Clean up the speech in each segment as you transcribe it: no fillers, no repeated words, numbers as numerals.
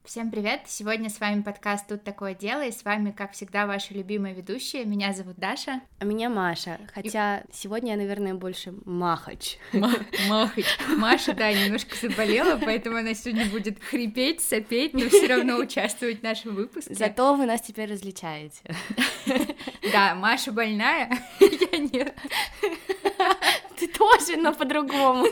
Всем привет! Сегодня с вами подкаст «Тут такое дело», и с вами, как всегда, ваши любимые ведущие. Меня зовут Даша. А меня Маша, хотя сегодня я, наверное, больше Махач. Махач. Маша, да, немножко заболела, поэтому она сегодня будет хрипеть, сопеть, но все равно участвовать в нашем выпуске. Зато вы нас теперь различаете. Да, Маша больная, я нет. Ты тоже, но по-другому.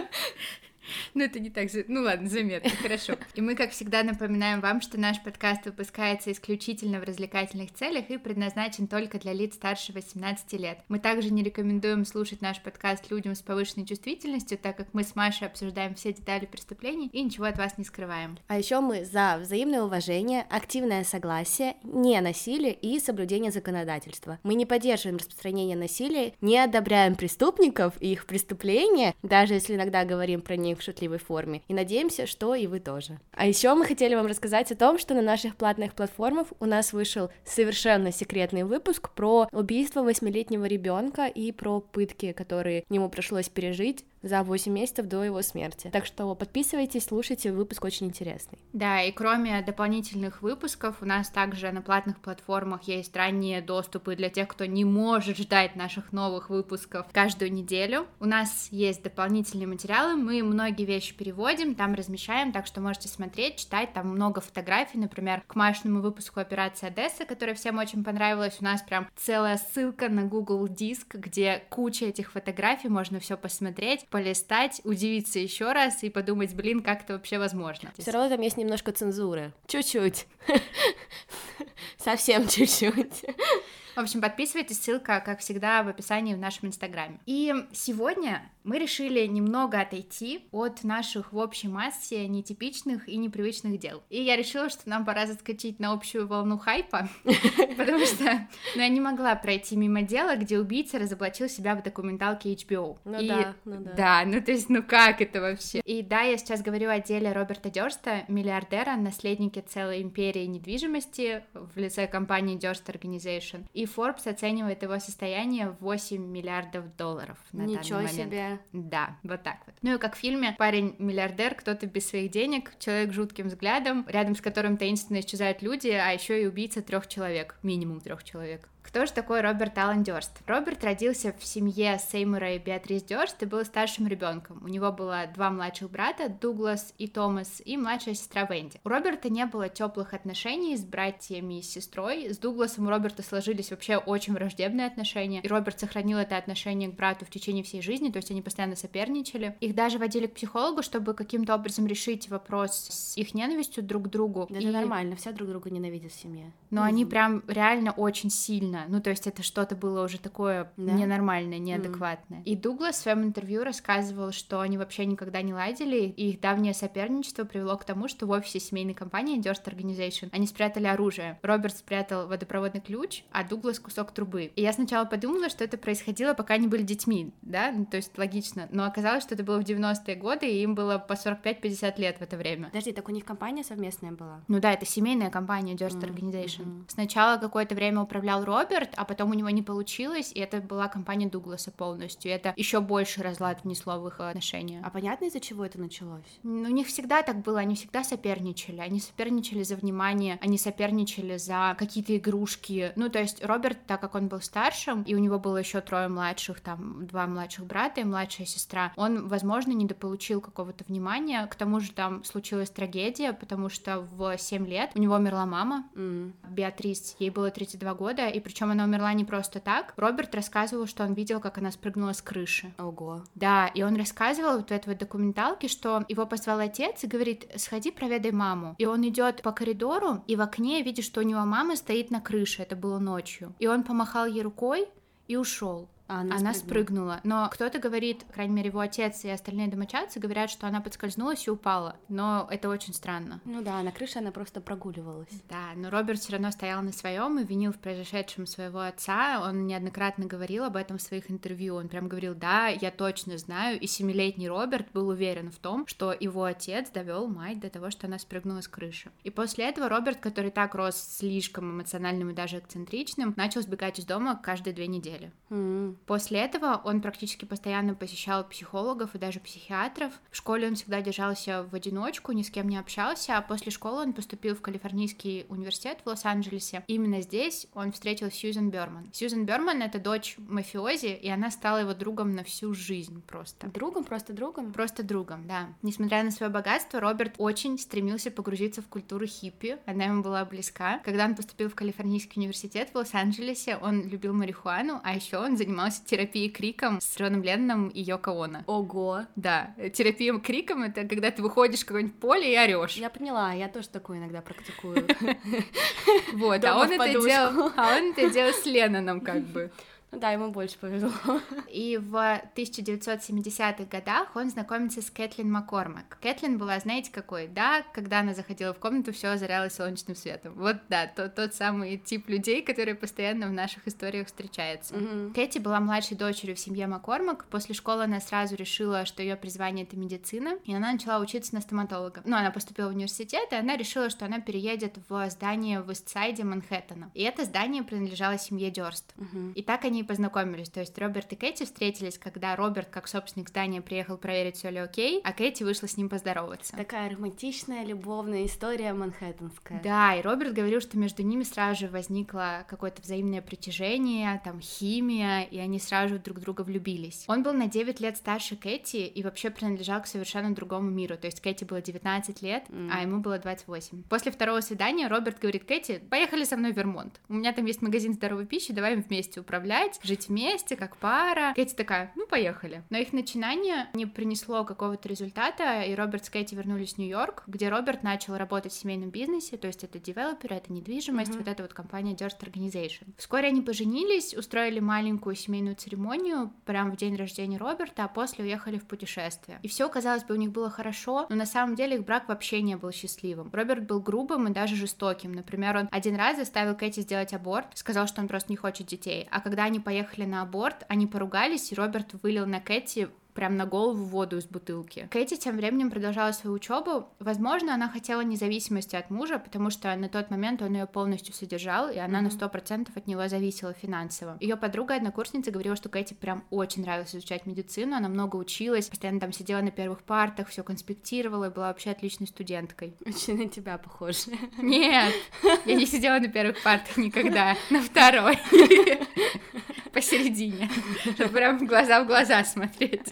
Ну, это не так, ну ладно, заметно, хорошо. И мы, как всегда, напоминаем вам, что наш подкаст выпускается исключительно в развлекательных целях и предназначен только для лиц старше 18 лет. Мы также не рекомендуем слушать наш подкаст людям с повышенной чувствительностью, так как мы с Машей обсуждаем все детали преступлений и ничего от вас не скрываем. А еще мы за взаимное уважение, активное согласие, не насилие и соблюдение законодательства. Мы не поддерживаем распространение насилия, не одобряем преступников и их преступления, даже если иногда говорим про них в шутливой форме, и надеемся, что и вы тоже. А еще мы хотели вам рассказать о том, что на наших платных платформах у нас вышел совершенно секретный выпуск про убийство 8-летнего ребенка и про пытки, которые ему пришлось пережить за 8 месяцев до его смерти. Так что подписывайтесь, слушайте, выпуск очень интересный. Да, и кроме дополнительных выпусков, у нас также на платных платформах есть ранние доступы для тех, кто не может ждать наших новых выпусков каждую неделю. У нас есть дополнительные материалы, мы многие вещи переводим, там размещаем, так что можете смотреть, читать, там много фотографий, например, к Машиному выпуску «Операция Одесса», которая всем очень понравилась, у нас прям целая ссылка на Google Диск, где куча этих фотографий, можно все посмотреть, полистать, удивиться еще раз и подумать, блин, как это вообще возможно. Все равно там есть немножко цензуры. Чуть-чуть. Совсем чуть-чуть. В общем, подписывайтесь, ссылка, как всегда, в описании в нашем инстаграме. И сегодня мы решили немного отойти от наших в общей массе нетипичных и непривычных дел. И я решила, что нам пора заскочить на общую волну хайпа, потому что я не могла пройти мимо дела, где убийца разоблачил себя в документалке HBO. Да, ну то есть, ну как это вообще? И да, я сейчас говорю о деле Роберта Дёрста, миллиардера, наследника целой империи недвижимости в лице компании Durst Organization. И Forbes оценивает его состояние в $8 миллиардов на данный момент. Ничего себе! Да, вот так вот. Ну и как в фильме «Парень-миллиардер», кто-то без своих денег, человек с жутким взглядом, рядом с которым таинственно исчезают люди, а еще и убийца 3 человек, минимум 3 человек. Кто же такой Роберт Аллен Дёрст? Роберт родился в семье Сеймура и Беатрис Дёрст и был старшим ребенком. У него было 2 младших брата, Дуглас и Томас, и младшая сестра Венди. У Роберта не было теплых отношений с братьями и с сестрой. С Дугласом у Роберта сложились вообще очень враждебные отношения, и Роберт сохранил это отношение к брату в течение всей жизни, то есть они постоянно соперничали. Их даже водили к психологу, чтобы каким-то образом решить вопрос с их ненавистью друг к другу. Да, это нормально, все друг друга ненавидят в семье. Но они прям реально очень сильно. Ну, то есть это что-то было уже такое ненормальное, неадекватное. И Дуглас в своем интервью рассказывал, что они вообще никогда не ладили, и их давнее соперничество привело к тому, что в офисе семейной компании Durst Organization они спрятали оружие. Роберт спрятал водопроводный ключ, а Дуглас кусок трубы. И я сначала подумала, что это происходило, пока они были детьми, да, ну, то есть логично, но оказалось, что это было в 90-е годы, и им было по 45-50 лет в это время. Подожди, так у них компания совместная была? Ну да, это семейная компания Durst Organization. Сначала какое-то время управлял Роберт, а потом у него не получилось, и это была компания Дугласа полностью. И это еще больше разлад внесло в их отношения. А понятно, из-за чего это началось? Ну, у них всегда так было, они всегда соперничали. Они соперничали за внимание, они соперничали за какие-то игрушки. Ну, то есть Роберт, так как он был старшим, и у него было еще 3 младших, там, 2 младших брата и младшая сестра, он, возможно, недополучил какого-то внимания. К тому же там случилась трагедия, потому что в 7 лет у него умерла мама, Беатрис, ей было 32 года, и причем она умерла не просто так. Роберт рассказывал, что он видел, как она спрыгнула с крыши. Ого. Да, и он рассказывал вот в этой вот документалке, что его позвал отец и говорит: сходи, проведай маму. И он идет по коридору, и в окне видит, что у него мама стоит на крыше, это было ночью. И он помахал ей рукой и ушел. Она спрыгнула. Но кто-то говорит, по крайней мере, его отец и остальные домочадцы говорят, что она подскользнулась и упала. Но это очень странно. Ну да, на крыше она просто прогуливалась. Да, но Роберт все равно стоял на своем и винил в произошедшем своего отца. Он неоднократно говорил об этом в своих интервью. Он прям говорил: да, я точно знаю. И 7-летний Роберт был уверен в том, что его отец довел мать до того, что она спрыгнула с крыши. И после этого Роберт, который так рос слишком эмоциональным и даже эксцентричным, начал сбегать из дома каждые 2 недели. После этого он практически постоянно посещал психологов и даже психиатров. В школе он всегда держался в одиночку, ни с кем не общался, а после школы он поступил в Калифорнийский университет в Лос-Анджелесе. Именно здесь он встретил Сьюзен Бёрман. Сьюзен Бёрман — это дочь мафиози, и она стала его другом на всю жизнь просто. Другом? Просто другом? Просто другом, да. Несмотря на свое богатство, Роберт очень стремился погрузиться в культуру хиппи, она ему была близка. Когда он поступил в Калифорнийский университет в Лос-Анджелесе, он любил марихуану, а еще он занимался терапией криком с Джоном Ленноном и Йоко Оно. Ого! Да, терапия криком — это когда ты выходишь в какое-нибудь поле и орешь. Я поняла, я тоже такое иногда практикую. Вот, а он это делал с Ленноном как бы. Да, ему больше повезло. И в 1970-х годах он знакомится с Кэтлин Маккормак. Кэтлин была, знаете, какой? Да, когда она заходила в комнату, все озарялось солнечным светом. Вот, да, тот самый тип людей, который постоянно в наших историях встречается. Кэти была младшей дочерью в семье Маккормак. После школы она сразу решила, что ее призвание — это медицина, и она начала учиться на стоматолога. Ну, она поступила в университет, и она решила, что она переедет в здание в Ист-Сайде Манхэттена. И это здание принадлежало семье Дёрст. И так они познакомились, то есть Роберт и Кэти встретились, когда Роберт, как собственник здания, приехал проверить, все ли окей, а Кэти вышла с ним поздороваться. Такая романтичная, любовная история манхэттенская. Да, и Роберт говорил, что между ними сразу же возникло какое-то взаимное притяжение, там, химия, и они сразу друг в друга влюбились. Он был на 9 лет старше Кэти и вообще принадлежал к совершенно другому миру, то есть Кэти было 19 лет, а ему было 28. После второго свидания Роберт говорит: Кэти, поехали со мной в Вермонт, у меня там есть магазин здоровой пищи, давай вместе управлять, жить вместе, как пара. Кэти такая: ну, поехали. Но их начинание не принесло какого-то результата, и Роберт с Кэти вернулись в Нью-Йорк, где Роберт начал работать в семейном бизнесе, то есть это девелопер, это недвижимость, вот эта вот компания Durst Organization. Вскоре они поженились, устроили маленькую семейную церемонию прямо в день рождения Роберта, а после уехали в путешествие. И все, казалось бы, у них было хорошо, но на самом деле их брак вообще не был счастливым. Роберт был грубым и даже жестоким. Например, он один раз заставил Кэти сделать аборт, сказал, что он просто не хочет детей, а когда они поехали на аборт, они поругались, и Роберт вылил на Кэти прям на голову воду из бутылки. Кэти тем временем продолжала свою учебу. Возможно, она хотела независимости от мужа, потому что на тот момент он ее полностью содержал, и она на 100% от него зависела финансово. Ее подруга-однокурсница говорила, что Кэти прям очень нравилось изучать медицину, она много училась, постоянно там сидела на первых партах, все конспектировала и была вообще отличной студенткой. Очень на тебя похоже. Нет, я не сидела на первых партах никогда, на второй. Посередине, чтобы прям в глаза смотреть.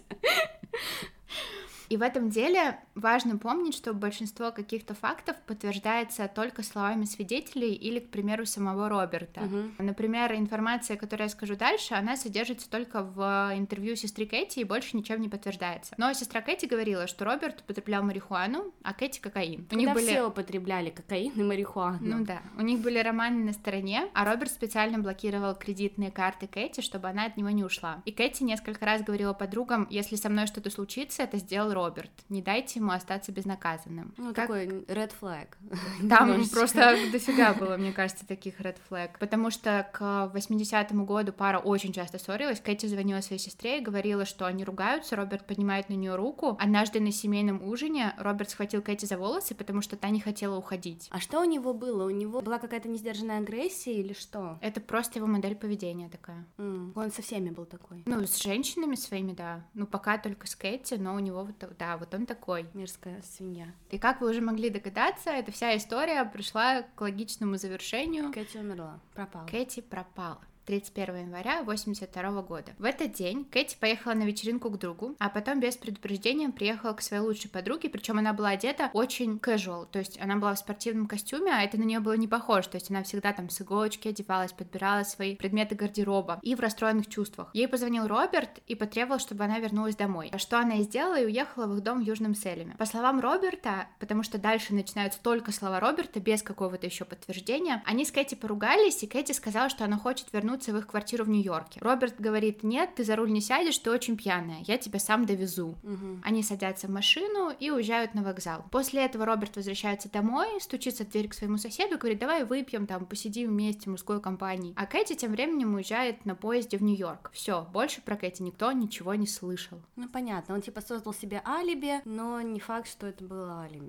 И в этом деле важно помнить, что большинство каких-то фактов подтверждается только словами свидетелей или, к примеру, самого Роберта. Например, информация, которую я скажу дальше, она содержится только в интервью сестры Кэти и больше ничем не подтверждается. Но сестра Кэти говорила, что Роберт употреблял марихуану, а Кэти — кокаин. У них все употребляли кокаин и марихуану. Ну да, у них были романы на стороне, а Роберт специально блокировал кредитные карты Кэти, чтобы она от него не ушла. И Кэти несколько раз говорила подругам: если со мной что-то случится, это сделал Роберт, не дайте ему остаться безнаказанным. Ну, такой red flag. Там просто дофига было, мне кажется, таких red flag, потому что к 80-му году пара очень часто ссорилась. Кэти звонила своей сестре и говорила, что они ругаются, Роберт поднимает на нее руку. Однажды на семейном ужине Роберт схватил Кэти за волосы, потому что та не хотела уходить. А что у него было? У него была какая-то несдержанная агрессия или что? Это просто его модель поведения такая. Он со всеми был такой? Ну, с женщинами своими, да. Ну, пока только с Кэти, но у него вот он такой. Мерзкая свинья. И как вы уже могли догадаться, эта вся история пришла к логичному завершению. Кэти умерла, пропала. Кэти пропала. 31 января 1982 года. В этот день Кэти поехала на вечеринку к другу, а потом без предупреждения приехала к своей лучшей подруге, причем она была одета очень casual, то есть она была в спортивном костюме, а это на нее было не похоже, то есть она всегда там с иголочки одевалась, подбирала свои предметы гардероба и в расстроенных чувствах. Ей позвонил Роберт и потребовал, чтобы она вернулась домой, что она и сделала, и уехала в их дом в Южном Селеме. По словам Роберта, потому что дальше начинаются только слова Роберта, без какого-то еще подтверждения, они с Кэти поругались, и Кэти сказала, что она хочет вернуться в их квартиру в Нью-Йорке. Роберт говорит: нет, ты за руль не сядешь, ты очень пьяная, я тебя сам довезу. Они садятся в машину и уезжают на вокзал. После этого Роберт возвращается домой, стучится в дверь к своему соседу, говорит: давай выпьем, там, посидим вместе, мужской компанией. А Кэти тем временем уезжает на поезде в Нью-Йорк. Все, больше про Кэти никто ничего не слышал. Ну, понятно, он типа создал себе алиби, но не факт, что это было алиби.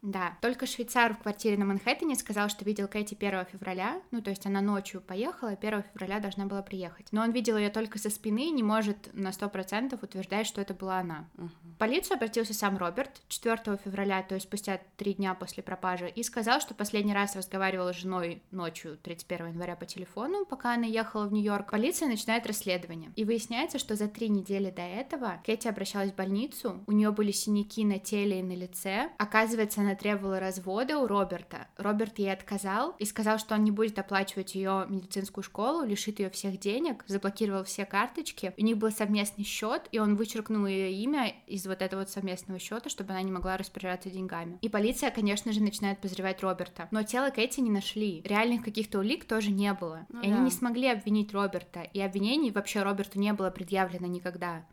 Да, только швейцар в квартире на Манхэттене сказал, что видел Кэти 1 февраля, ну, то есть она ночью поехала, 1 февраля должна была приехать. Но он видел ее только со спины и не может на 100% утверждать, что это была она. В полицию обратился сам Роберт 4 февраля, то есть спустя 3 дня после пропажи, и сказал, что последний раз разговаривал с женой ночью 31 января по телефону, пока она ехала в Нью-Йорк. Полиция начинает расследование, и выясняется, что за 3 недели до этого Кэти обращалась в больницу, у нее были синяки на теле и на лице, оказывается, она требовала развода у Роберта. Роберт ей отказал и сказал, что он не будет оплачивать ее медицинскую школу, лишит ее всех денег, заблокировал все карточки. У них был совместный счет, и он вычеркнул ее имя из вот этого вот совместного счета, чтобы она не могла распоряжаться деньгами. И полиция, конечно же, начинает подозревать Роберта. Но тело Кэти не нашли. Реальных каких-то улик тоже не было. И они не смогли обвинить Роберта. И обвинений вообще Роберту не было предъявлено никогда.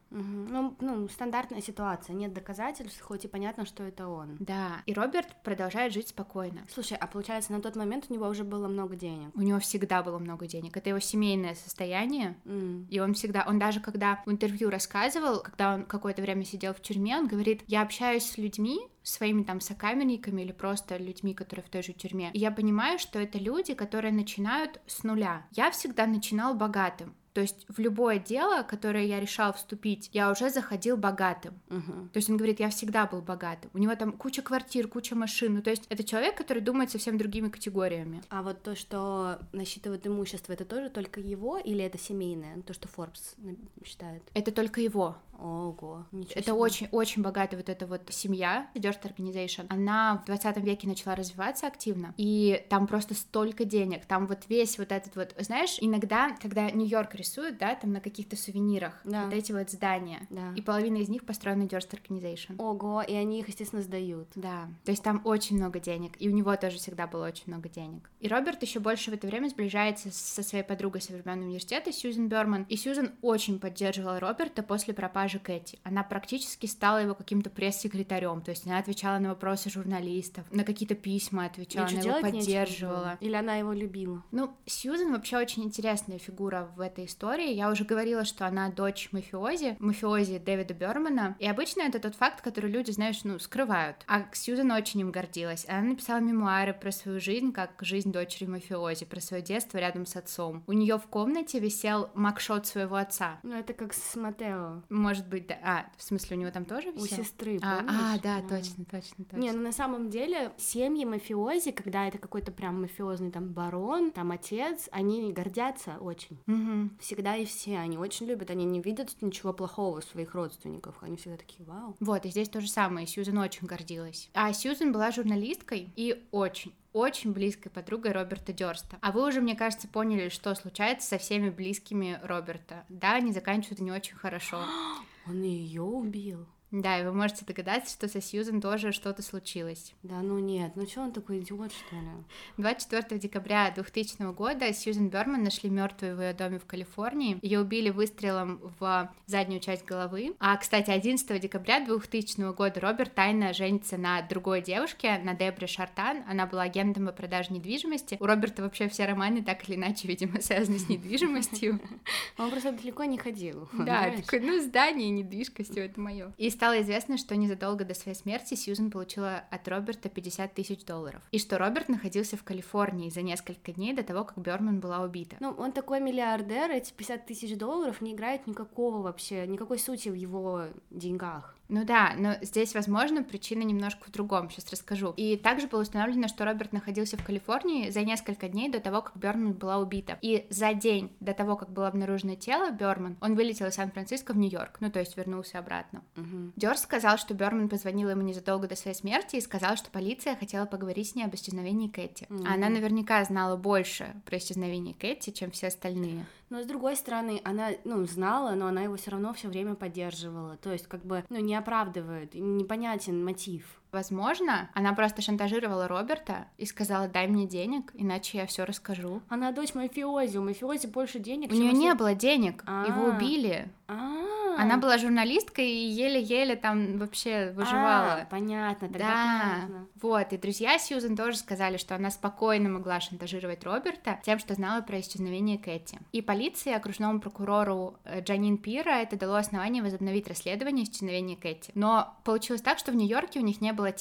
Ну, стандартная ситуация. Нет доказательств, хоть и понятно, что это он. Да. И Роберт продолжает жить спокойно. Слушай, а получается, на тот момент у него уже было много денег? У него всегда было много денег. Это его семейное состояние. И он даже когда в интервью рассказывал, когда он какое-то время сидел в тюрьме, он говорит: я общаюсь с людьми, своими там сокамерниками или просто людьми, которые в той же тюрьме, и я понимаю, что это люди, которые начинают с нуля. Я всегда начинал богатым. То есть в любое дело, которое я решал вступить, я уже заходил богатым. То есть он говорит, я всегда был богатым. У него там куча квартир, куча машин. Ну, то есть это человек, который думает совсем другими категориями. А вот то, что насчитывает имущество, это тоже только его или это семейное? То, что Forbes считает? Это только его. Ого, ничего себе. Это очень богатая вот эта вот семья, Durst Organization. Она в 20 веке начала развиваться активно, и там просто столько денег, там вот весь вот этот вот, знаешь, иногда, когда Нью-Йорк рисуют, да, там на каких-то сувенирах, вот эти вот здания, и половина из них построена Durst Organization. Ого, и они их, естественно, сдают. Да, то есть там очень много денег, и у него тоже всегда было очень много денег. И Роберт еще больше в это время сближается со своей подругой со времен университета, Сьюзен Берман, и Сьюзен очень поддерживала Роберта после пропажи Кэти. Она практически стала его каким-то пресс-секретарем, то есть она отвечала на вопросы журналистов, на какие-то письма отвечала, она его поддерживала. Или она его любила? Ну, Сьюзен вообще очень интересная фигура в этой истории. Я уже говорила, что она дочь мафиози Дэвида Бермана, и обычно это тот факт, который люди, знаешь, скрывают. А Сьюзен очень им гордилась. Она написала мемуары про свою жизнь, как жизнь дочери мафиози, про свое детство рядом с отцом. У нее в комнате висел макшот своего отца. Ну, это как с Матео. Может быть, да. В смысле, у него там тоже висел? У сестры, помнишь? Да, точно. Не, на самом деле, семьи мафиози, когда это какой-то прям мафиозный там барон, там отец, они гордятся очень. Всегда и все, они очень любят, они не видят ничего плохого в своих родственниках, они всегда такие, вау. Вот, и здесь то же самое, Сьюзен очень гордилась. А Сьюзен была журналисткой и очень близкой подругой Роберта Дёрста. А вы уже, мне кажется, поняли, что случается со всеми близкими Роберта. Да, они заканчивают не очень хорошо. Он ее убил. Да, и вы можете догадаться, что со Сьюзен тоже что-то случилось. Да, нет, что он такой идиот, что ли? 24 декабря 2000 года Сьюзен Берман нашли мертвой в ее доме в Калифорнии. Ее убили выстрелом в заднюю часть головы. А, кстати, 11 декабря 2000 года Роберт тайно женится на другой девушке, на Дебре Шартан. Она была агентом по продаже недвижимости. У Роберта вообще все романы так или иначе, видимо, связаны с недвижимостью. Он просто далеко не ходил. Да, такой, здание, недвижка, все это мое. И стало известно, что незадолго до своей смерти Сьюзен получила от Роберта $50 000. И что Роберт находился в Калифорнии за несколько дней до того, как Берман была убита. Ну, он такой миллиардер, эти $50 000 не играют никакой сути в его деньгах. Ну да, но здесь, возможно, причина немножко в другом, сейчас расскажу. И также было установлено, что Роберт находился в Калифорнии за несколько дней до того, как Берман была убита. И за день до того, как было обнаружено тело Берман, он вылетел из Сан-Франциско в Нью-Йорк, то есть вернулся обратно. Дёрст сказал, что Берман позвонил ему незадолго до своей смерти и сказал, что полиция хотела поговорить с ней об исчезновении Кэти. Она наверняка знала больше про исчезновение Кэти, чем все остальные. Но с другой стороны, она, знала, но она его все равно все время поддерживала. То есть, не оправдывает, непонятен мотив. Возможно, она просто шантажировала Роберта и сказала: дай мне денег, иначе я все расскажу. Она дочь мафиози, у мафиози больше денег. У нее не было денег, его убили. Она была журналисткой и еле-еле там вообще выживала. Понятно, тогда понятно. Вот, и друзья Сьюзен тоже сказали, что она спокойно могла шантажировать Роберта тем, что знала про исчезновение Кэти. И полиции, окружному прокурору Джанин Пира это дало основание возобновить расследование исчезновения Кэти. Но получилось так, что в Нью-Йорке у них не было тела,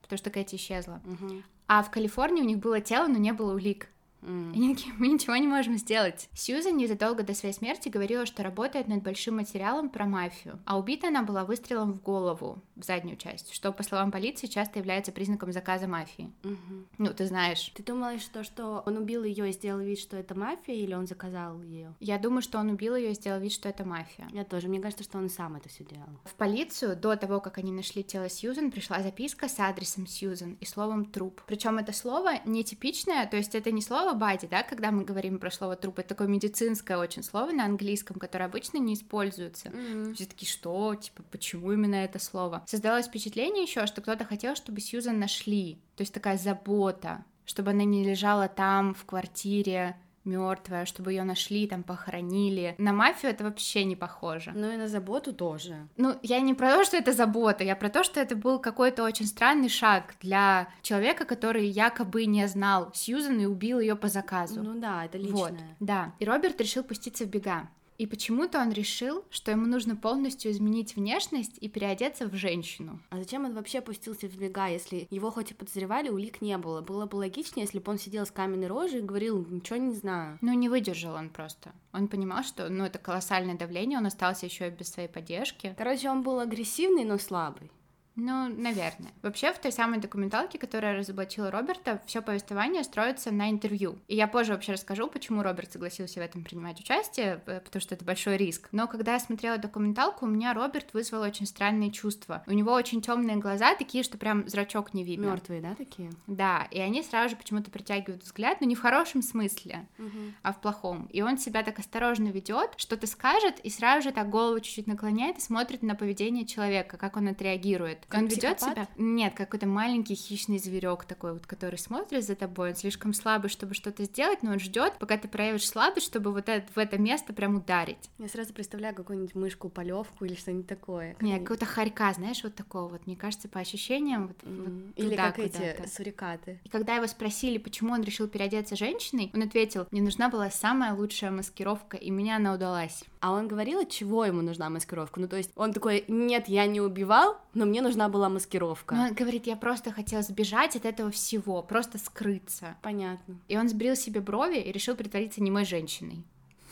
потому что Кэти исчезла. А в Калифорнии у них было тело, но не было улик. И они такие, мы ничего не можем сделать. Сьюзан незадолго до своей смерти говорила, что работает над большим материалом про мафию, а убита она была выстрелом в голову, в заднюю часть, что, по словам полиции, часто является признаком заказа мафии. Ну, ты знаешь. Ты думала, что он убил ее и сделал вид, что это мафия, или он заказал ее? Я думаю, что он убил ее и сделал вид, что это мафия. Я тоже. Мне кажется, что он сам это все делал. В полицию до того, как они нашли тело Сьюзан, пришла записка с адресом Сьюзан и словом труп. Причем это слово нетипичное, то есть это не слово body, да, когда мы говорим про слово труп, это такое медицинское очень слово на английском, которое обычно не используется. Все такие, что, типа, почему именно это слово? Создалось впечатление еще, что кто-то хотел, чтобы Сьюзан нашли, то есть такая забота, чтобы она не лежала там в квартире мертвая, чтобы ее нашли, там похоронили. На мафию это вообще не похоже. Ну и на заботу тоже. Ну, я не про то, что это забота, я про то, что это был какой-то очень странный шаг для человека, который якобы не знал Сьюзан и убил ее по заказу. Ну да, это личное. Вот, да. И Роберт решил пуститься в бега. И почему-то он решил, что ему нужно полностью изменить внешность и переодеться в женщину. А зачем он вообще пустился в бега, если его хоть и подозревали, улик не было? Было бы логичнее, если бы он сидел с каменной рожей и говорил, ничего не знаю. Ну, не выдержал он просто. Он понимал, что, ну, это колоссальное давление, он остался еще и без своей поддержки. Короче, он был агрессивный, но слабый. Ну, наверное. Вообще, в той самой документалке, которая разоблачила Роберта, все повествование строится на интервью. И я позже вообще расскажу, почему Роберт согласился в этом принимать участие, потому что это большой риск. Но когда я смотрела документалку, у меня Роберт вызвал очень странные чувства. У него очень темные глаза, такие, что прям зрачок не видно. Мертвые, да, такие? Да, и они сразу же почему-то притягивают взгляд, но не в хорошем смысле, а в плохом. И он себя так осторожно ведет, что-то скажет, и сразу же так голову чуть-чуть наклоняет и смотрит на поведение человека, как он отреагирует. Как он ведет психопат? себя... Нет, какой-то маленький хищный зверек такой вот, который смотрит за тобой. Он слишком слабый, чтобы что-то сделать, но он ждет, пока ты проявишь слабость, чтобы вот в это место прям ударить. Я сразу представляю какую-нибудь мышку-полевку или что-нибудь такое. Нет, какого-то хорька, знаешь, вот такого вот. Мне кажется, по ощущениям вот или туда как куда-то. эти сурикаты. И когда его спросили, почему он решил переодеться женщиной, он ответил: мне нужна была самая лучшая маскировка, и мне она удалась. А он говорил, от чего ему нужна маскировка? Ну, то есть он такой, нет, я не убивал, но мне нужна была маскировка. Но он говорит, я просто хотел сбежать от этого всего, просто скрыться. Понятно. И он сбрил себе брови и решил притвориться немой женщиной.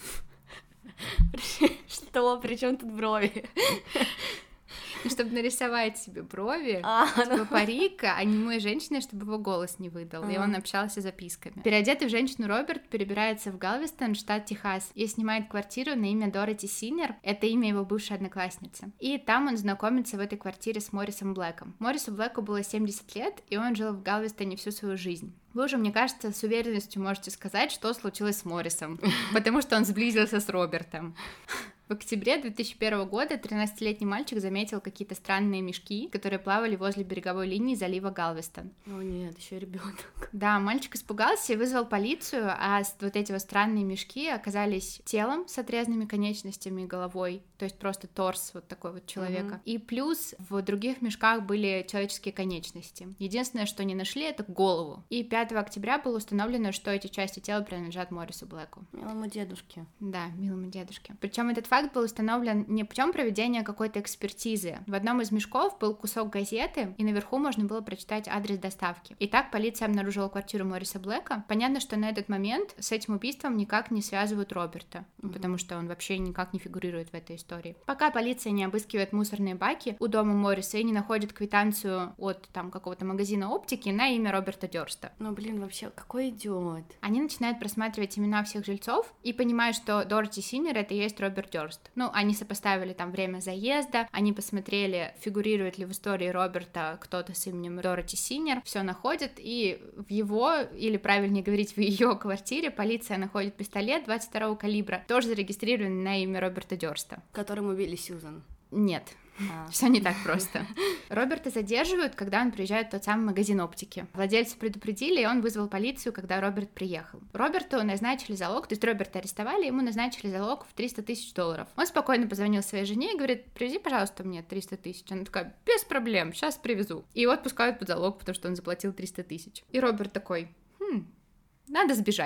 Что? При чем тут брови? Чтобы нарисовать себе брови, типа парик, а немой женщиной, чтобы его голос не выдал, и он общался записками. Переодетый в женщину Роберт перебирается в Галвестон, штат Техас, и снимает квартиру на имя Дороти Синер, это имя его бывшей одноклассницы. И там он знакомится в этой квартире с Моррисом Блэком. Моррису Блэку было 70 лет, и он жил в Галвестоне всю свою жизнь. Вы уже, мне кажется, с уверенностью можете сказать, что случилось с Моррисом, потому что он сблизился с Робертом. В октябре 2001 года 13-летний мальчик заметил какие-то странные мешки, которые плавали возле береговой линии залива Галвестон. О нет, еще ребенок. Да, мальчик испугался и вызвал полицию, а вот эти вот странные мешки оказались телом с отрезанными конечностями и головой, то есть просто торс вот такой вот человека. И плюс в других мешках были человеческие конечности. Единственное, что не нашли, это голову. И 5 октября было установлено, что эти части тела принадлежат Моррису Блэку. Милому дедушке. Да, милому дедушке. Причем этот факт был установлен не путем проведения какой-то экспертизы. В одном из мешков был кусок газеты, и наверху можно было прочитать адрес доставки. И так полиция обнаружила квартиру Морриса Блэка. Понятно, что на этот момент с этим убийством никак не связывают Роберта, потому что он вообще никак не фигурирует в этой истории. Пока полиция не обыскивает мусорные баки у дома Морриса и не находит квитанцию от там какого-то магазина оптики на имя Роберта Дёрста. Ну блин, вообще, какой идиот. Они начинают просматривать имена всех жильцов и понимают, что Дороти Синер — это и есть Роберт Дёрст. Ну, они сопоставили там время заезда, они посмотрели, фигурирует ли в истории Роберта кто-то с именем Дороти Синер, все находят, и в его, или правильнее говорить, в ее квартире полиция находит пистолет 22-го калибра, тоже зарегистрированный на имя Роберта Дёрста. Которым убили Сьюзан. Нет. Все не так просто. Роберта задерживают, когда он приезжает в тот самый магазин оптики. Владельцы предупредили, и он вызвал полицию, когда Роберт приехал. Роберту назначили залог, то есть Роберта арестовали, ему назначили залог в $300 тысяч. Он спокойно позвонил своей жене и говорит: привези, пожалуйста, мне 300 тысяч. Она такая: без проблем, сейчас привезу. И его отпускают под залог, потому что он заплатил 300 тысяч. И Роберт такой: надо сбежать.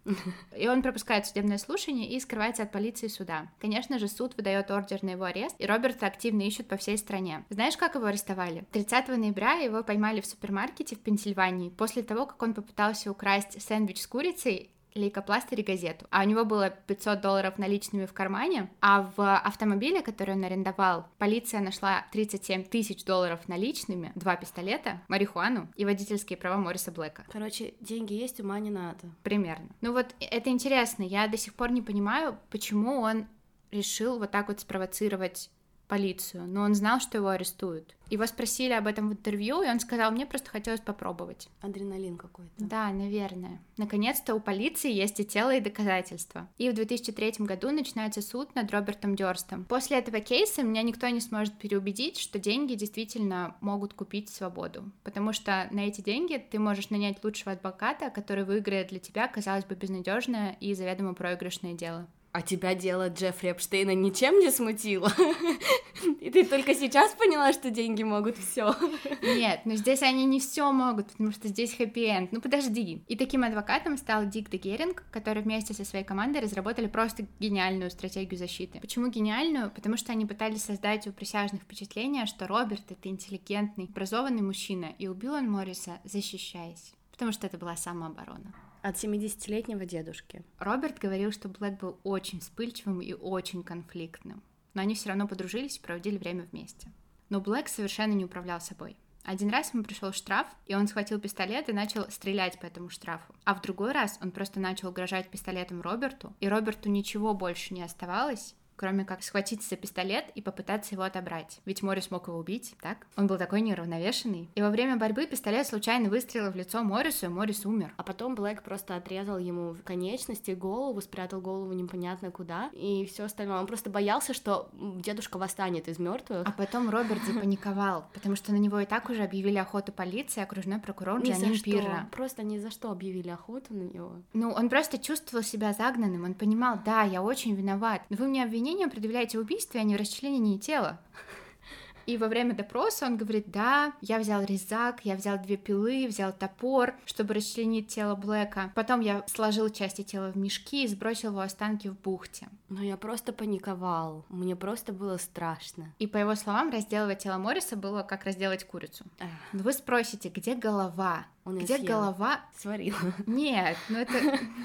И он пропускает судебное слушание и скрывается от полиции и суда. Конечно же, суд выдает ордер на его арест, и Роберта активно ищут по всей стране. Знаешь, как его арестовали? 30 ноября его поймали в супермаркете в Пенсильвании после того, как он попытался украсть сэндвич с курицей, лейкопластырь и газету. А у него было $500 наличными в кармане, а в автомобиле, который он арендовал, полиция нашла $37 тысяч наличными, 2 пистолета, марихуану и водительские права Морриса Блэка. Короче, деньги есть, ума не надо. Примерно. Ну вот это интересно, я до сих пор не понимаю, почему он решил вот так вот спровоцировать полицию, но он знал, что его арестуют. Его спросили об этом в интервью, и он сказал, мне просто хотелось попробовать. Адреналин какой-то. Да, наверное. Наконец-то у полиции есть и тело, и доказательства. И в 2003 году начинается суд над Робертом Дёрстом. После этого кейса меня никто не сможет переубедить, что деньги действительно могут купить свободу. Потому что на эти деньги ты можешь нанять лучшего адвоката, который выиграет для тебя, казалось бы, безнадежное и заведомо проигрышное дело. А тебя дело Джеффри Эпштейна ничем не смутило? И ты только сейчас поняла, что деньги могут все? Нет, но здесь они не все могут, потому что здесь хэппи-энд. Ну подожди. И таким адвокатом стал Дик де Геринг, который вместе со своей командой разработали просто гениальную стратегию защиты. Почему гениальную? Потому что они пытались создать у присяжных впечатление, что Роберт — это интеллигентный, образованный мужчина, и убил он Морриса, защищаясь. Потому что это была самооборона. От 70-летнего дедушки. Роберт говорил, что Блэк был очень вспыльчивым и очень конфликтным, но они все равно подружились и проводили время вместе. Но Блэк совершенно не управлял собой. Один раз ему пришел штраф, и он схватил пистолет и начал стрелять по этому штрафу. А в другой раз он просто начал угрожать пистолетом Роберту, и Роберту ничего больше не оставалось, кроме как схватиться за пистолет и попытаться его отобрать. Ведь Моррис мог его убить, так? Он был такой неуравновешенный. И во время борьбы пистолет случайно выстрелил в лицо Моррису, и Моррис умер. А потом Блэк просто отрезал ему конечности, голову, спрятал голову непонятно куда, и все остальное. Он просто боялся, что дедушка восстанет из мертвых. А потом Роберт запаниковал, потому что на него и так уже объявили охоту полиции, окружной прокурор Джанин Пирра. Просто ни за что объявили охоту на него. Ну, он просто чувствовал себя загнанным, он понимал, да, я очень виноват, но вы мне обвиняете предъявляете в убийстве, а не в расчленении тела. И во время допроса он говорит, да, я взял резак, я взял 2 пилы, взял топор, чтобы расчленить тело Блэка. Потом я сложил части тела в мешки и сбросил его останки в бухте. Но я просто паниковал, мне просто было страшно. И по его словам, разделывать тело Морриса было как разделать курицу. Но вы спросите, где голова? Он где голова? Сварила. Нет, ну это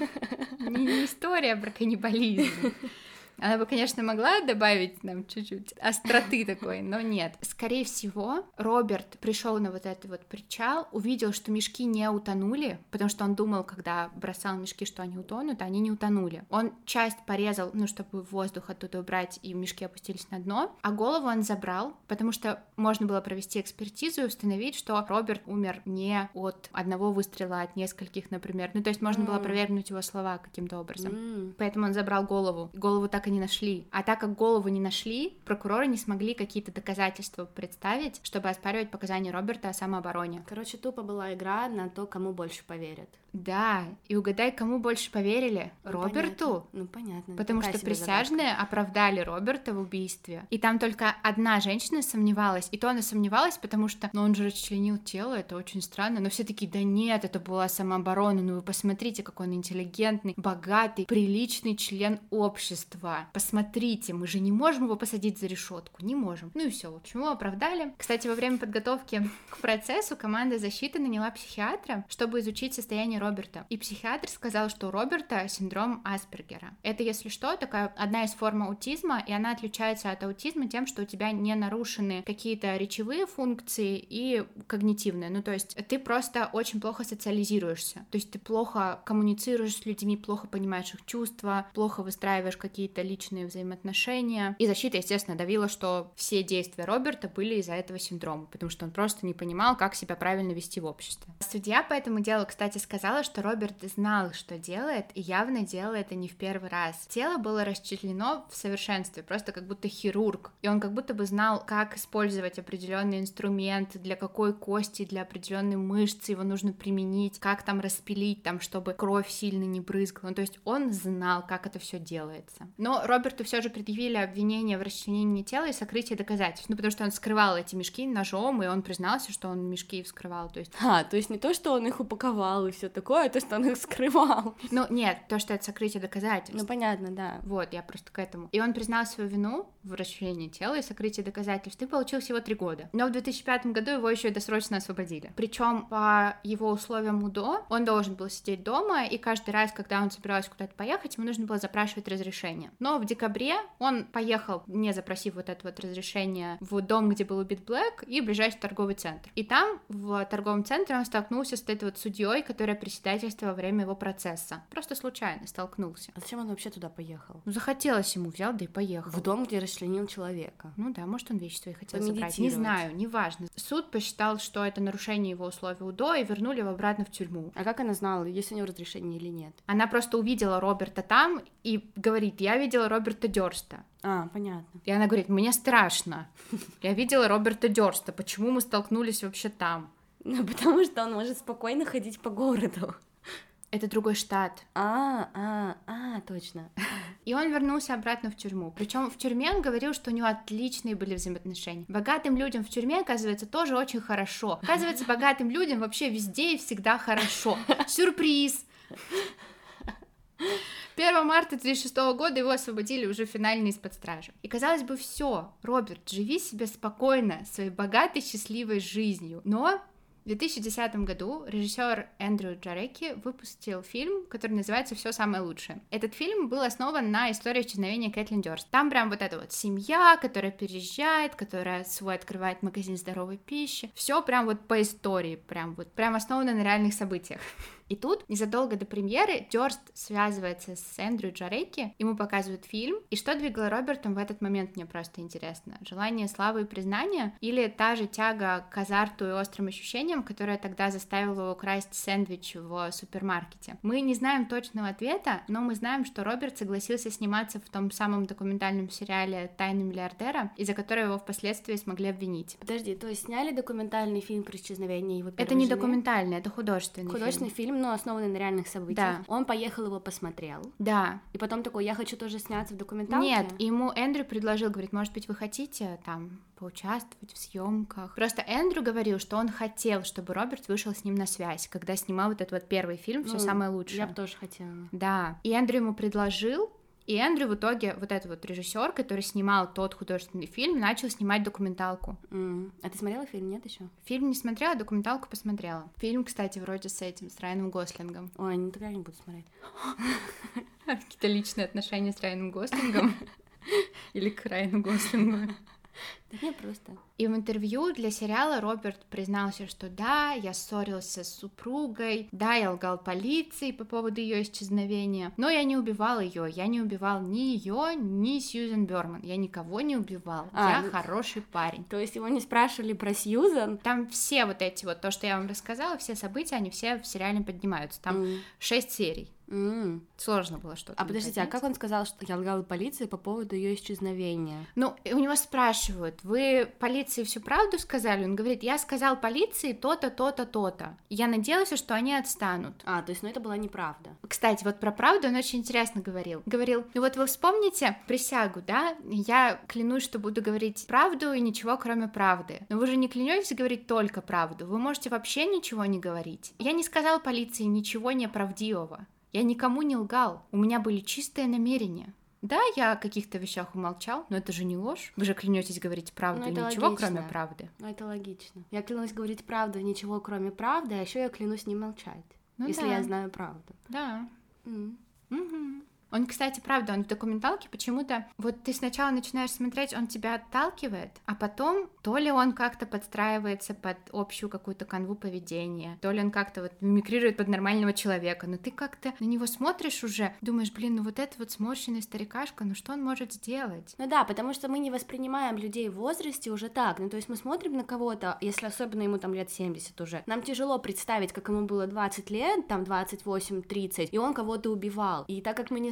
не история про каннибализм. Она бы, конечно, могла добавить нам чуть-чуть остроты такой, но нет. Скорее всего, Роберт пришел на вот этот вот причал, увидел, что мешки не утонули, потому что он думал, когда бросал мешки, что они утонут, а они не утонули. Он часть порезал, ну, чтобы воздух оттуда убрать, и мешки опустились на дно, а голову он забрал, потому что можно было провести экспертизу и установить, что Роберт умер не от одного выстрела, а от нескольких, например. Ну, то есть можно было опровергнуть его слова каким-то образом. Поэтому он забрал голову. Голову так и не нашли. А так как голову не нашли, прокуроры не смогли какие-то доказательства представить, чтобы оспаривать показания Роберта о самообороне. Короче, тупо была игра на то, кому больше поверят. Да, и угадай, кому больше поверили? Роберту? Понятно. Ну, понятно. Потому что присяжные оправдали Роберта в убийстве. И там только одна женщина сомневалась. И то она сомневалась, потому что, ну, он же расчленил тело, это очень странно. Но все такие, да нет, это была самооборона. Ну, вы посмотрите, какой он интеллигентный, богатый, приличный член общества. Посмотрите, мы же не можем его посадить за решетку, не можем. Ну и все, в общем, его оправдали. Кстати, во время подготовки к процессу команда защиты наняла психиатра, чтобы изучить состояние Роберта. И психиатр сказал, что у Роберта синдром Аспергера. Это, если что, такая одна из форм аутизма, и она отличается от аутизма тем, что у тебя не нарушены какие-то речевые функции и когнитивные. Ну, то есть ты просто очень плохо социализируешься. То есть ты плохо коммуницируешь с людьми, плохо понимаешь их чувства, плохо выстраиваешь какие-то личные взаимоотношения. И защита, естественно, давила, что все действия Роберта были из-за этого синдрома, потому что он просто не понимал, как себя правильно вести в обществе. Судья по этому делу, кстати, сказала, что Роберт знал, что делает, и явно делает это не в первый раз. Тело было расчленено в совершенстве, просто как будто хирург, и он как будто бы знал, как использовать определенный инструмент, для какой кости, для определенной мышцы его нужно применить, как там распилить, там, чтобы кровь сильно не брызгала. Ну, то есть он знал, как это все делается. Но Роберту все же предъявили обвинение в расчленении тела и сокрытии доказательств, ну, потому что он скрывал эти мешки ножом, и он признался, что он мешки вскрывал, то есть... То есть не то, что он их упаковал и все такое, такое, то, что он их скрывал. Ну, нет, то, что это сокрытие доказательств. Ну, понятно, да. Вот, я просто к этому. И он признал свою вину в расчленении тела и сокрытии доказательств и получил всего 3 года. Но в 2005 году его еще и досрочно освободили. Причем по его условиям УДО он должен был сидеть дома, и каждый раз, когда он собирался куда-то поехать, ему нужно было запрашивать разрешение. Но в декабре он поехал, не запросив вот это вот разрешение, в дом, где был убит Блэк, и в ближайший торговый центр. И там, в торговом центре, он столкнулся с этой вот судьей, которая председательствовала во время его процесса. Просто случайно столкнулся. А зачем он вообще туда поехал? Ну, захотелось ему, взял, да и поехал. В дом, где расчленил человека. Ну да, может, он вещи свои хотел забрать. Не знаю, неважно. Суд посчитал, что это нарушение его условий УДО, и вернули его обратно в тюрьму. А как она знала, есть у него разрешение или нет? Она просто увидела Роберта там и говорит: я видела Роберта Дёрста. А, понятно. И она говорит: мне страшно. Я видела Роберта Дёрста. Почему мы столкнулись вообще там? Ну, потому что он может спокойно ходить по городу. Это другой штат. Точно. И он вернулся обратно в тюрьму. Причем в тюрьме он говорил, что у него отличные были взаимоотношения. Богатым людям в тюрьме, оказывается, тоже очень хорошо. Оказывается, богатым людям вообще везде и всегда хорошо. Сюрприз! 1 марта 2006 года его освободили уже финально из-под стражи. И казалось бы, все, Роберт, живи себе спокойно, своей богатой, счастливой жизнью. Но в 2010 году режиссер Эндрю Джареки выпустил фильм, который называется «Все самое лучшее». Этот фильм был основан на истории исчезновения Кэтлин Дёрст. Там прям вот эта вот семья, которая переезжает, которая свой открывает магазин здоровой пищи. Все прям вот по истории, прям основано на реальных событиях. И тут, незадолго до премьеры, Дёрст связывается с Эндрю Джареки, ему показывают фильм, и что двигало Робертом в этот момент, мне просто интересно. Желание славы и признания или та же тяга к азарту и острым ощущениям, которая тогда заставила его украсть сэндвич в супермаркете? Мы не знаем точного ответа, но мы знаем, что Роберт согласился сниматься в том самом документальном сериале «Тайны миллиардера», из-за которого его впоследствии смогли обвинить. Подожди, то есть сняли документальный фильм про исчезновение его первой Это не жены? документальный, это художественный фильм. Но основанный на реальных событиях. Да. Он поехал, его посмотрел. Да. И потом такой: я хочу тоже сняться в документалке. Нет, ему Эндрю предложил, говорит: может быть, вы хотите там поучаствовать в съемках. Просто Эндрю говорил, что он хотел, чтобы Роберт вышел с ним на связь, когда снимал вот этот вот первый фильм «Все самое лучшее». Я бы тоже хотела. Да. И Эндрю ему предложил, и Эндрю в итоге, вот этот вот режиссер, который снимал тот художественный фильм, начал снимать документалку. А ты смотрела фильм, нет еще? Фильм не смотрела, документалку посмотрела. Фильм, кстати, вроде с Райаном Гослингом. Ой, никогда не буду смотреть. Какие-то личные отношения с Райаном Гослингом? Или к Райану Гослингу? Да не, просто. И в интервью для сериала Роберт признался, что да, я ссорился с супругой, да, я лгал полиции по поводу ее исчезновения, но я не убивал ее, я не убивал ни ее, ни Сьюзен Бёрман, я никого не убивал, я хороший парень. То есть его не спрашивали про Сьюзен? Там все вот эти вот, то, что я вам рассказала, все события, они все в сериале поднимаются, там 6 серий. Сложно было что-то. А подождите, а как он сказал, что я лгал полиции по поводу ее исчезновения? Ну, у него спрашивают: вы полиции всю правду сказали? Он говорит: я сказал полиции то-то, то-то, то-то. Я надеялся, что они отстанут. То есть, это была неправда. Кстати, вот про правду он очень интересно говорил. Говорил: ну вот вы вспомните присягу, да? Я клянусь, что буду говорить правду и ничего, кроме правды. Но вы же не клянетесь говорить только правду. Вы можете вообще ничего не говорить. Я не сказал полиции ничего неправдивого. Я никому не лгал, у меня были чистые намерения. Да, я о каких-то вещах умолчал, но это же не ложь. Вы же клянетесь говорить правду и ничего, логично. Кроме правды. Ну, это логично. Я клянусь говорить правду и ничего, кроме правды, а еще я клянусь не молчать, если я знаю правду. Да. Он, кстати, правда, он в документалке почему-то... Вот ты сначала начинаешь смотреть, он тебя отталкивает, а потом то ли он как-то подстраивается под общую какую-то канву поведения, то ли он как-то вот мимикрирует под нормального человека, но ты как-то на него смотришь уже, думаешь: блин, ну вот это вот сморщенный старикашка, ну что он может сделать? Ну да, потому что мы не воспринимаем людей в возрасте уже так, ну то есть мы смотрим на кого-то, если особенно ему там лет 70 уже, нам тяжело представить, как ему было 20 лет, там 28-30, и он кого-то убивал, и так как мы не знаем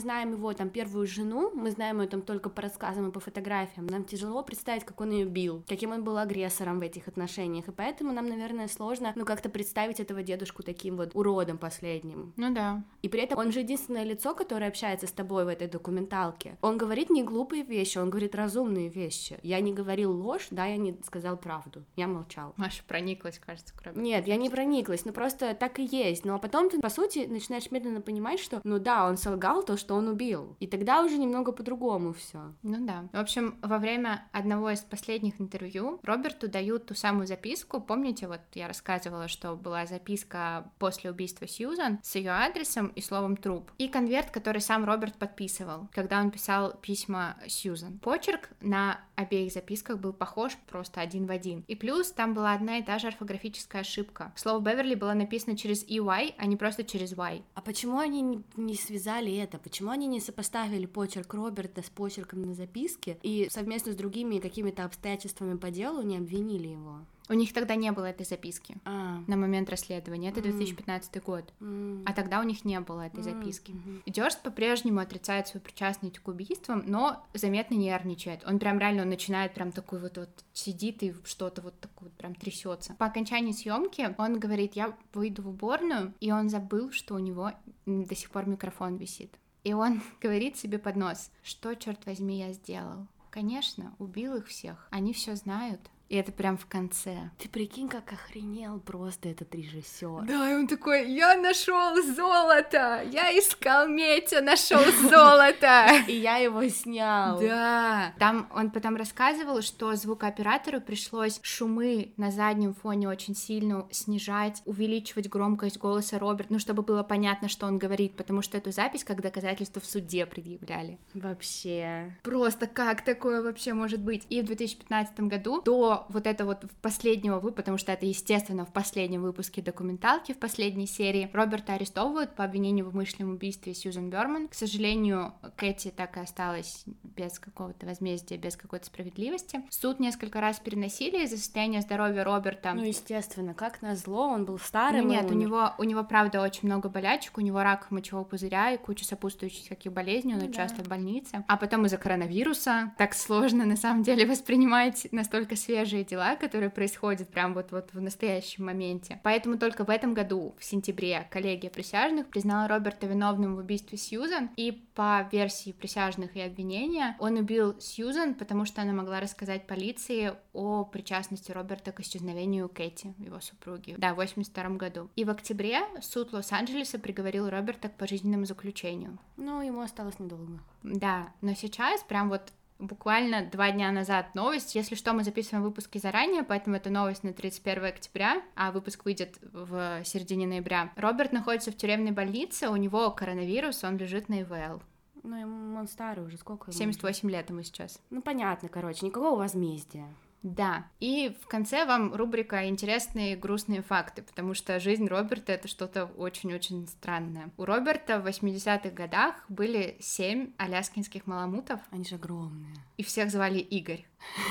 знаем его там первую жену, мы знаем ее там только по рассказам и по фотографиям, нам тяжело представить, как он ее бил, каким он был агрессором в этих отношениях, и поэтому нам, наверное, сложно, как-то представить этого дедушку таким вот уродом последним. Ну да. И при этом он же единственное лицо, которое общается с тобой в этой документалке. Он говорит не глупые вещи, он говорит разумные вещи. Я не говорил ложь, да, я не сказал правду, я молчал. Маша прониклась, кажется, кроме... Нет, я не прониклась, просто так и есть. Ну а потом ты, по сути, начинаешь медленно понимать, что, он солгал то, что он убил. И тогда уже немного по-другому все. Ну да. В общем, во время одного из последних интервью Роберту дают ту самую записку. Помните, вот я рассказывала, что была записка после убийства Сьюзан с ее адресом и словом «труп». И конверт, который сам Роберт подписывал, когда он писал письма Сьюзан. Почерк на обеих записках был похож просто один в один. И плюс там была одна и та же орфографическая ошибка. Слово Беверли было написано через EY, а не просто через Y. А почему они не связали это? Почему они не сопоставили почерк Роберта с почерком на записке и совместно с другими какими-то обстоятельствами по делу не обвинили его? У них тогда не было этой записки на момент расследования, это 2015 год, а тогда у них не было этой записки. Дёрст по-прежнему отрицает свою причастность к убийствам, но заметно нервничает. Он прям реально начинает прям такой вот сидит и что-то вот такое вот прям трясется. По окончании съемки он говорит: я выйду в уборную, и он забыл, что у него до сих пор микрофон висит. И он говорит себе под нос: что, черт возьми, я сделал? Конечно, убил их всех, они все знают. И это прям в конце. Ты прикинь, как охренел просто этот режиссер. Да, и он такой: я нашел золото! Я искал медь, а нашел золото! И я его снял. Да. Там он потом рассказывал, что звукооператору пришлось шумы на заднем фоне очень сильно снижать, увеличивать громкость голоса Роберта, чтобы было понятно, что он говорит, потому что эту запись как доказательство в суде предъявляли. Вообще. Просто как такое вообще может быть? И в 2015 году до вот это вот последнего выпуска, потому что это, естественно, в последнем выпуске документалки, в последней серии, Роберта арестовывают по обвинению в умышленном убийстве Сьюзан Бёрман. К сожалению, Кэти так и осталась без какого-то возмездия, без какой-то справедливости. Суд несколько раз переносили из-за состояния здоровья Роберта. Ну, естественно, как назло, он был старым. Ну, нет, у него, правда, очень много болячек, у него рак мочевого пузыря и куча сопутствующих всяких болезней, он часто в больнице. А потом из-за коронавируса так сложно, на самом деле, воспринимать настолько свежие дела, которые происходят прям вот в настоящем моменте. Поэтому только в этом году, в сентябре, коллегия присяжных признала Роберта виновным в убийстве Сьюзан, и по версии присяжных и обвинения он убил Сьюзан, потому что она могла рассказать полиции о причастности Роберта к исчезновению Кэти, его супруги, в 1982 году. И в октябре суд Лос-Анджелеса приговорил Роберта к пожизненному заключению. Ну, ему осталось недолго. Да, но сейчас прям вот буквально 2 дня назад новость. Если что, мы записываем выпуски заранее, поэтому это новость на 31 октября, а выпуск выйдет в середине ноября. Роберт находится в тюремной больнице, у него коронавирус, он лежит на ИВЛ. Ну, он старый уже, сколько ему? 78 лет ему сейчас. Ну, понятно, никакого возмездия. Да, и в конце вам рубрика «Интересные и грустные факты», потому что жизнь Роберта — это что-то очень-очень странное. У Роберта в 80-х годах были 7 аляскинских маламутов. Они же огромные. И всех звали Игорь.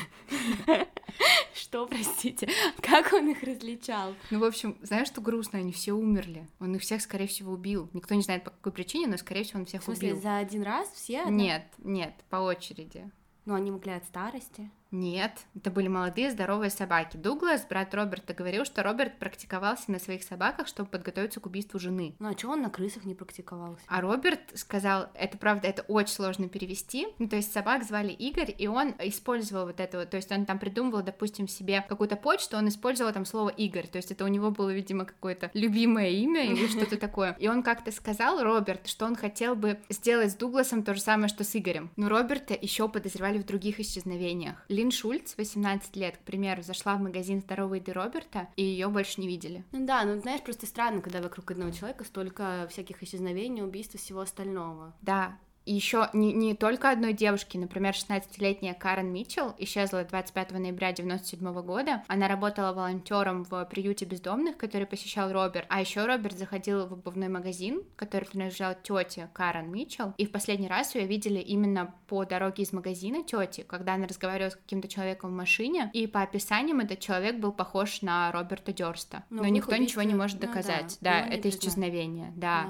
Что, простите? Как он их различал? Ну, в общем, знаешь, что грустно? Они все умерли. Он их всех, скорее всего, убил. Никто не знает, по какой причине, но, скорее всего, он всех убил. В смысле, за один раз все? Нет, по очереди. Ну, они могли от старости? Нет, это были молодые здоровые собаки. Дуглас, брат Роберта, говорил, что Роберт практиковался на своих собаках, чтобы подготовиться к убийству жены. Ну а чего он на крысах не практиковался? А Роберт сказал, это правда, это очень сложно перевести. Ну, то есть собак звали Игорь, и он использовал вот это вот, то есть он там придумывал, допустим, себе какую-то почту, он использовал там слово Игорь, то есть это у него было, видимо, какое-то любимое имя или что-то такое. И он как-то сказал, Роберт, что он хотел бы сделать с Дугласом то же самое, что с Игорем. Но Роберта еще подозревали в других исчезновениях. Лин Шульц, 18 лет, к примеру, зашла в магазин здоровой еды Роберта, и ее больше не видели. Ну да, ну знаешь, просто странно, когда вокруг одного человека столько всяких исчезновений, убийств и всего остального. Да. И еще не только одной девушки, например, 16-летняя Карен Митчелл исчезла 25 ноября 1997 года. Она работала волонтером в приюте бездомных, который посещал Роберт. А еще Роберт заходил в обувной магазин, который принадлежал тете Карен Митчелл. И в последний раз ее видели именно по дороге из магазина тети, когда она разговаривала с каким-то человеком в машине. И по описаниям этот человек был похож на Роберта Дёрста. Но никто ничего не может доказать. Да, это исчезновение, да.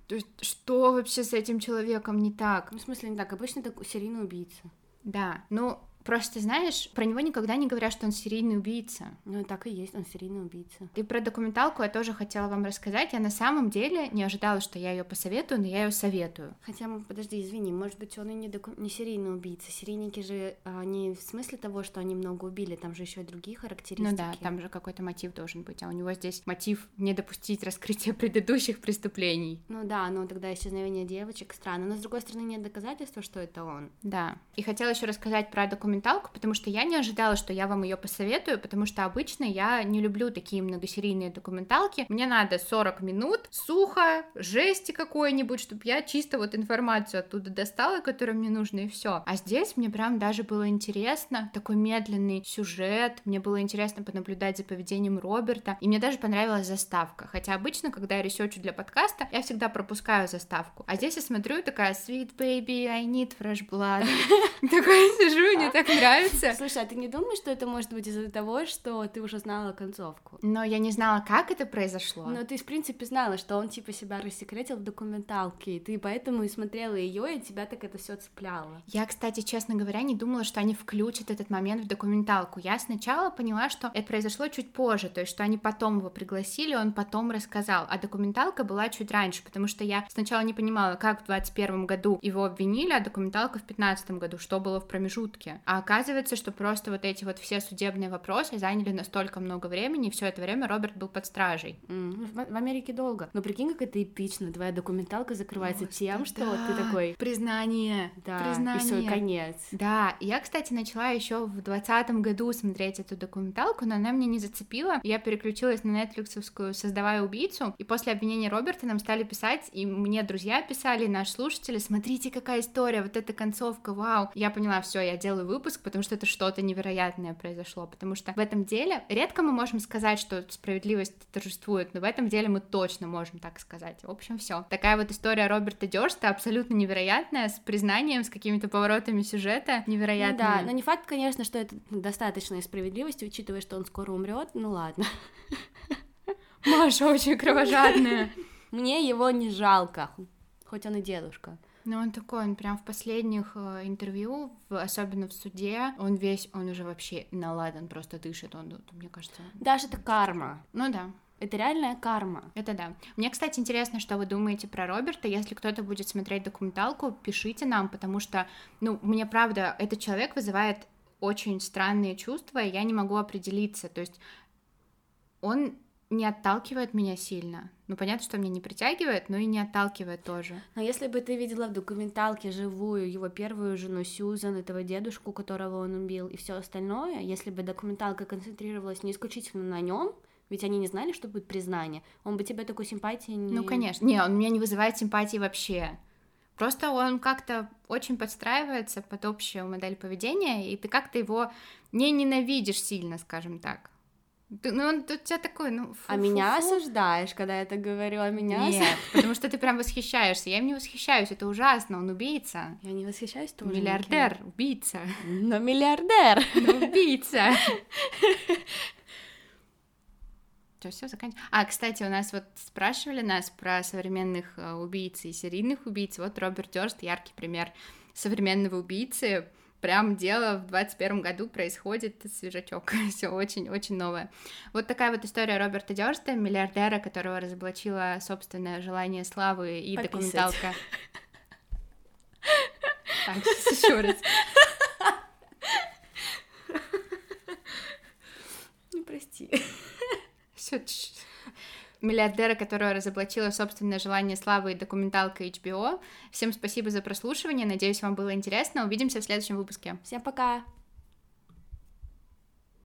То есть, что вообще с этим человеком не так? Ну, в смысле, не так, обычно это серийный убийца. Да, ну, просто, знаешь, про него никогда не говорят, что он серийный убийца. Ну, так и есть, он серийный убийца. И про документалку я тоже хотела вам рассказать. Я на самом деле не ожидала, что я ее посоветую, но я ее советую. Хотя, подожди, извини, может быть, он и не серийный убийца. Серийники же не в смысле того, что они много убили, там же еще и другие характеристики. Ну да, там же какой-то мотив должен быть, а у него здесь мотив не допустить раскрытия предыдущих преступлений. Ну да, но тогда исчезновение девочек странно, но с другой стороны нет доказательства, что это он. Да, и хотела еще рассказать про документалку, потому что я не ожидала, что я вам ее посоветую, потому что обычно я не люблю такие многосерийные документалки. Мне надо 40 минут, сухо, жести какой-нибудь, чтобы я чисто вот информацию оттуда достала, которая мне нужна, и все. А здесь мне прям даже было интересно, такой медленный сюжет, мне было интересно понаблюдать за поведением Роберта, и мне даже понравилась заставка, хотя обычно, когда я ресерчу для подкаста, я всегда пропускаю заставку, а здесь я смотрю, такая, sweet baby, I need fresh blood, такая сижу, мне так нравится. Слушай, а ты не думаешь, что это может быть из-за того, что ты уже знала концовку? Но я не знала, как это произошло. Но ты, в принципе, знала, что он, типа, себя рассекретил в документалке, и ты поэтому и смотрела ее, и тебя так это все цепляло. Я, кстати, честно говоря, не думала, что они включат этот момент в документалку. Я сначала поняла, что это произошло чуть позже, то есть, что они потом его пригласили, он потом рассказал, а документалка была чуть раньше, потому что я сначала не понимала, как в 21 году его обвинили, а документалка в 15 году, что было в промежутке. А оказывается, что просто вот эти вот все судебные вопросы заняли настолько много времени, и все это время Роберт был под стражей. В Америке долго. Но прикинь, как это эпично. Твоя документалка закрывается тем, что вот ты такой... Признание. Да, признание. И все, конец. Да, я, кстати, начала еще в 2020 году смотреть эту документалку, но она меня не зацепила. Я переключилась на нетфликсовскую «Создавая убийцу», и после обвинения Роберта нам стали писать, и мне друзья писали, и наши слушатели, смотрите, какая история, вот эта концовка, вау. Я поняла, все, я делаю выпуск, потому что это что-то невероятное произошло, потому что в этом деле редко мы можем сказать, что справедливость торжествует, но в этом деле мы точно можем так сказать. В общем, все. Такая вот история Роберта Дёрста абсолютно невероятная, с признанием, с какими-то поворотами сюжета невероятными. Ну да, но не факт, конечно, что это достаточная справедливость, учитывая, что он скоро умрет. Ну ладно. Маша очень кровожадная. Мне его не жалко, хоть он и дедушка. Ну, он такой, он прям в последних интервью, особенно в суде, он уже вообще наладан, просто дышит, он, мне кажется... Даже это карма. Ну да. Это реальная карма. Это да. Мне, кстати, интересно, что вы думаете про Роберта. Если кто-то будет смотреть документалку, пишите нам, потому что, ну, мне правда, этот человек вызывает очень странные чувства, и я не могу определиться. То есть он не отталкивает меня сильно. Ну, понятно, что меня не притягивает, но и не отталкивает тоже. Но если бы ты видела в документалке живую его первую жену Сьюзан, этого дедушку, которого он убил, и все остальное, если бы документалка концентрировалась не исключительно на нем, ведь они не знали, что будет признание, он бы тебе такой симпатии не... Ну, конечно. Не, он меня не вызывает симпатии вообще. Просто он как-то очень подстраивается под общую модель поведения, и ты как-то его не ненавидишь сильно, скажем так. Ну, он у тебя такой, ну... А меня осуждаешь, когда я так говорю, а меня... Нет, потому что ты прям восхищаешься. Я им не восхищаюсь, это ужасно, он убийца. Я не восхищаюсь тоже. Миллиардер, убийца. Но миллиардер. Но убийца. Все заканчивается. А, кстати, у нас вот спрашивали нас про современных убийц и серийных убийц. Вот Роберт Дёрст, яркий пример современного убийцы. Прям дело в 21 году происходит, свежачок, все очень-очень новое. Вот такая вот история Роберта Дёрста, миллиардера, которого разоблачило собственное желание славы и пописать. Документалка. Так, еще раз. Ну, прости. Все. Миллиардера, которого разоблачила собственное желание славы и документалка HBO. Всем спасибо за прослушивание, надеюсь, вам было интересно. Увидимся в следующем выпуске. Всем пока!